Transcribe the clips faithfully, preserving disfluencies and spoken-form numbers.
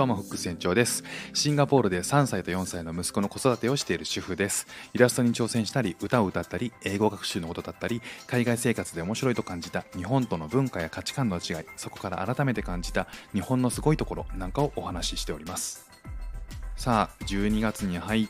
どうもフック船長です。シンガポールでさんさいとよんさいの息子の子育てをしている主婦です。イラストに挑戦したり、歌を歌ったり、英語学習のことだったり、海外生活で面白いと感じた日本との文化や価値観の違い、そこから改めて感じた日本のすごいところなんかをお話ししております。さあじゅうにがつに入って、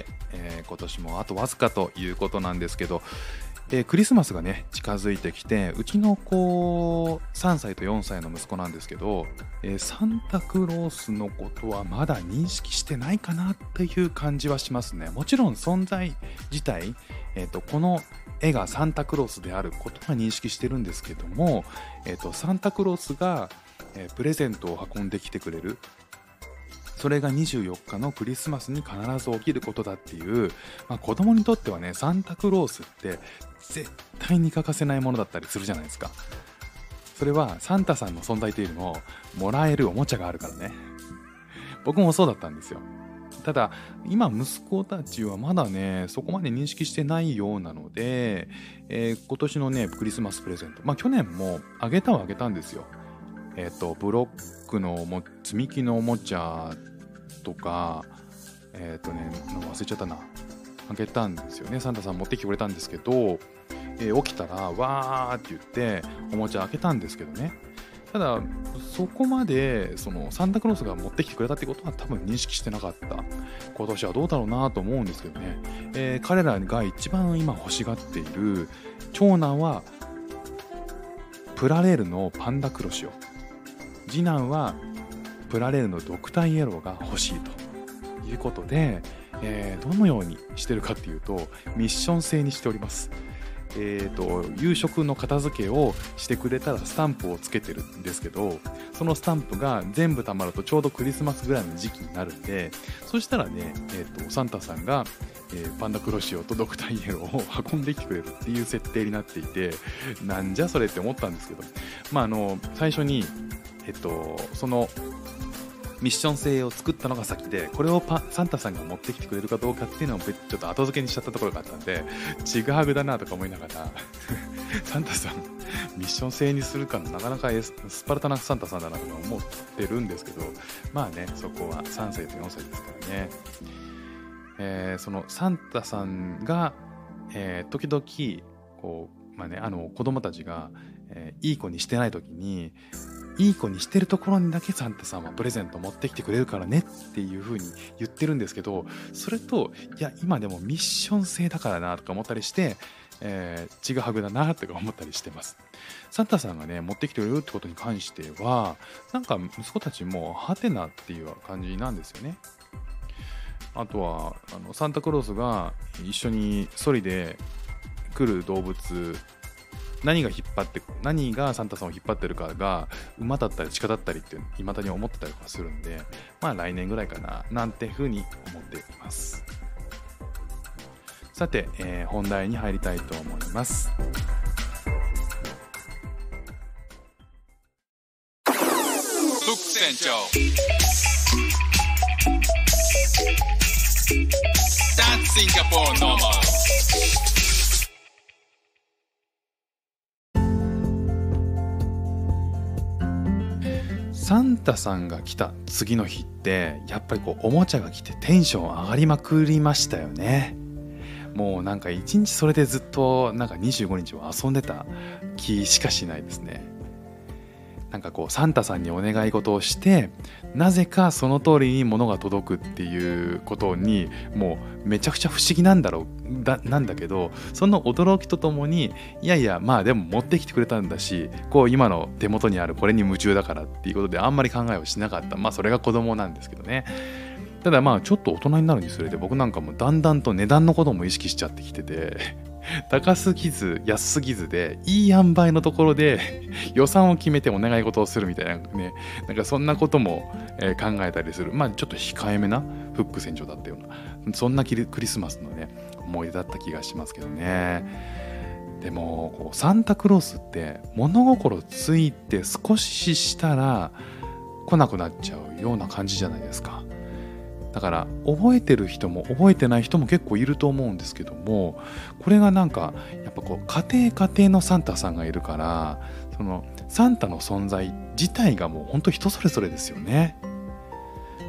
えー、今年もあとわずかということなんですけど、えー、クリスマスがね近づいてきて、うちの子さんさいとよんさいの息子なんですけど、えー、サンタクロースのことはまだ認識してないかなっていう感じはしますね。もちろん存在自体、えー、とこの絵がサンタクロースであることは認識してるんですけども、えー、とサンタクロースが、えープレゼントを運んできてくれる、それがにじゅうよっかのクリスマスに必ず起きることだっていう、まあ、子供にとってはね、サンタクロースって絶対に欠かせないものだったりするじゃないですか。それはサンタさんの存在というのをもらえるおもちゃがあるからね。僕もそうだったんですよ。ただ今息子たちはまだねそこまで認識してないようなので、えー今年のねクリスマスプレゼント、まあ去年もあげたはあげたんですよ。えっ、とブロックのおも積み木のおもちゃとか、えっ、とね忘れちゃったな、あげたんですよね。サンタさん持ってきてくれたんですけど、えー起きたらわーって言っておもちゃ開けたんですけどね。ただそこまでそのサンタクロースが持ってきてくれたってことは多分認識してなかった。今年はどうだろうなと思うんですけどね、えー彼らが一番今欲しがっている、長男はプラレールのパンダクロシを、次男はプラレールのドクターイエローが欲しいということで、えーどのようにしてるかっていうとミッション制にしております。えーと夕食の片付けをしてくれたらスタンプをつけてるんですけど、そのスタンプが全部貯まるとちょうどクリスマスぐらいの時期になるんで、そしたらね、えーとサンタさんが、えーパンダクロシオとドクターイエローを運んできてくれるっていう設定になっていて、なんじゃそれって思ったんですけど、まああの最初にえっとそのミッション性を作ったのが先で、これをパサンタさんが持ってきてくれるかどうかっていうのをちょっと後付けにしちゃったところがあったんで、ちぐはぐだなとか思いながらサンタさんミッション性にするかなかなかエススパルタなサンタさんだなとか思ってるんですけど、まあねそこはさんさいとよんさいですからね。えーそのサンタさんが、えー時々こう、まあね、あの子供たちが、えーいい子にしてない時に、いい子にしてるところにだけサンタさんはプレゼント持ってきてくれるからねっていう風に言ってるんですけど、それといや今でもミッション制だからなとか思ったりして、えー、ちぐはぐだなとか思ったりしてます。サンタさんがね持ってきてくれるってことに関しては、なんか息子たちもハテナっていう感じなんですよね。あとはあのサンタクロースが一緒にソリで来る動物、何が引っ張って何がサンタさんを引っ張ってるかが馬だったり鹿だったりって未だに思ってたりとかするんで、まあ来年ぐらいかななんて風に思っています。さて、えー本題に入りたいと思います。 フック船長 That's Singapore normal。 サンタさんが来た次の日ってやっぱりこうおもちゃが来てテンション上がりまくりましたよね。もうなんか一日それでずっとなんかにじゅうごにちを遊んでた気しかしないですね。なんかこうサンタさんにお願い事をして、なぜかその通りに物が届くっていうことにもうめちゃくちゃ不思議なんだろうだなんだけど、その驚きとともにいやいやまあでも持ってきてくれたんだし、こう今の手元にあるこれに夢中だからっていうことであんまり考えをしなかった。まあそれが子供なんですけどね。ただまあちょっと大人になるにつれて僕なんかもだんだんと値段のことも意識しちゃってきてて高すぎず安すぎずでいい塩梅のところで予算を決めてお願い事をするみたいなね、なんかそんなことも、えー考えたりする、まあちょっと控えめなフック船長だったような、そんなキリクリスマスのね思い出だった気がしますけどね。でもこうサンタクロースって物心ついて少ししたら来なくなっちゃうような感じじゃないですか。だから覚えてる人も覚えてない人も結構いると思うんですけども、これがなんかやっぱこう家庭家庭のサンタさんがいるから、そのサンタの存在自体がもう本当人それぞれですよね。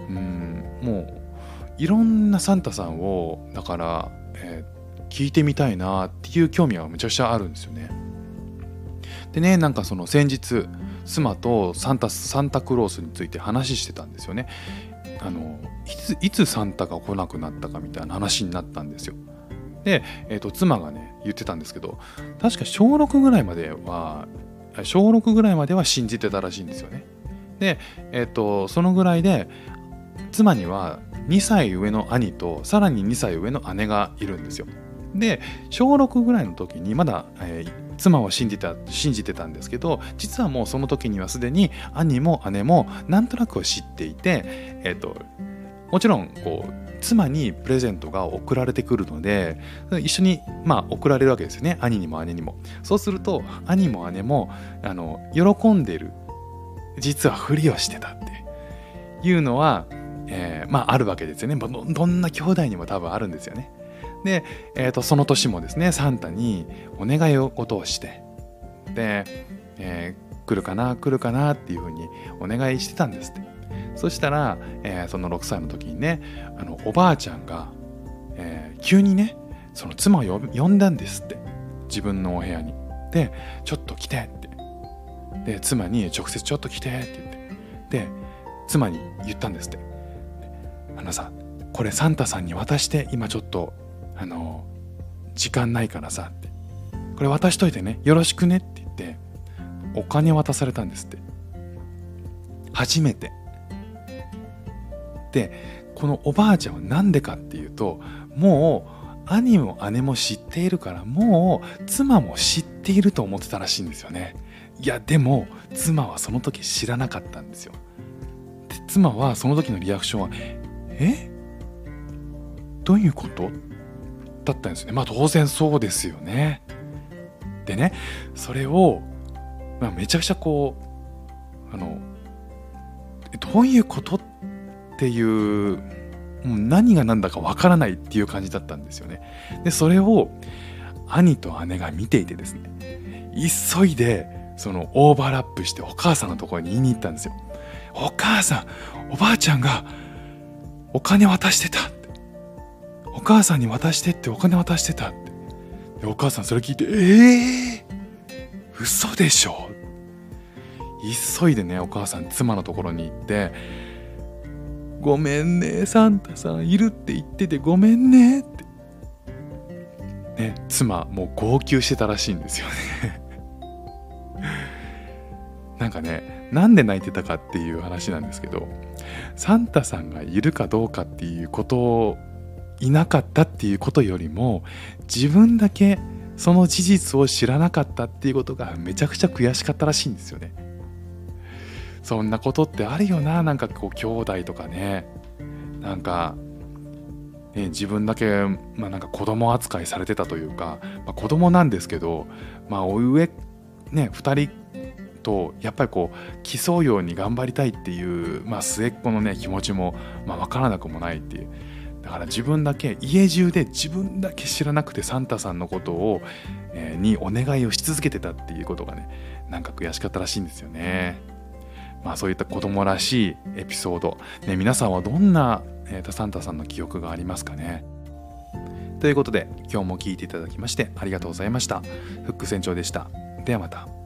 うんもういろんなサンタさんをだから、えー、聞いてみたいなっていう興味はめちゃくちゃあるんですよね。でね、なんかその先日妻とサンタサンタクロースについて話してたんですよね。あのいついつサンタが来なくなったかみたいな話になったんですよ。で、えーと、妻がね言ってたんですけど、確か小ろくぐらいまでは小ろくぐらいまでは信じてたらしいんですよね。で、えーと、そのぐらいで妻にはにさい上の兄とさらににさい上の姉がいるんですよ。で、小ろくぐらいの時にまだ、えー、妻は信じた信じてたんですけど、実はもうその時にはすでに兄も姉もなんとなくを知っていて、えーと、もちろんこう妻にプレゼントが送られてくるので一緒にまあ送られるわけですよね、兄にも姉にも。そうすると兄も姉もあの喜んでる、実はふりをしてたっていうのは、えー、まああるわけですよね。ど, どんな兄弟にも多分あるんですよね。で、えーと、その年もですねサンタにお願い事をしてで、えー、来るかな来るかなっていうふうにお願いしてたんですって。そしたら、えー、そのろくさいの時にねあのおばあちゃんが、えー、急にねその妻を呼呼んだんですって、自分のお部屋に。で、ちょっと来てってで妻に直接ちょっと来てって言ってで妻に言ったんですって。あのさ、これサンタさんに渡して、今ちょっとあの時間ないからさって、これ渡しといてね、よろしくねって言ってお金渡されたんですって、初めて。で、このおばあちゃんはなんでかっていうと、もう兄も姉も知っているから、もう妻も知っていると思ってたらしいんですよね。いやでも妻はその時知らなかったんですよ。で、妻はその時のリアクションはえどういうことだったんですよね。まあ当然そうですよね。でね、それを、まあ、めちゃくちゃこうあのどういうことっていう、もう何が何だかわからないっていう感じだったんですよね。で、それを兄と姉が見ていてですね、急いでそのオーバーラップしてお母さんのところに言いに行ったんですよ。お母さん、おばあちゃんがお金渡してたって、お母さんに渡してってお金渡してたって。で、お母さんそれ聞いて、えー、嘘でしょ。急いでね、お母さん妻のところに行って、ごめんね、サンタさんいるって言っててごめんねってね、妻もう号泣してたらしいんですよねなんかね、なんで泣いてたかっていう話なんですけど、サンタさんがいるかどうかっていうことを、いなかったっていうことよりも、自分だけその事実を知らなかったっていうことがめちゃくちゃ悔しかったらしいんですよね。そんなことってあるよな。なんかこう兄弟とかね、なんか、ね、自分だけ、まあ、なんか子供扱いされてたというか、まあ、子供なんですけど、まあ、お上ねふたりとやっぱりこう競うように頑張りたいっていう、まあ、末っ子のね気持ちも、まあ、分からなくもないっていう。だから自分だけ、家中で自分だけ知らなくてサンタさんのことを、えー、にお願いをし続けてたっていうことがね、なんか悔しかったらしいんですよね。まあそういった子供らしいエピソード、ね、皆さんはどんな、えー、サンタさんの記憶がありますかね。ということで今日も聞いていただきましてありがとうございました。フック船長でした。ではまた。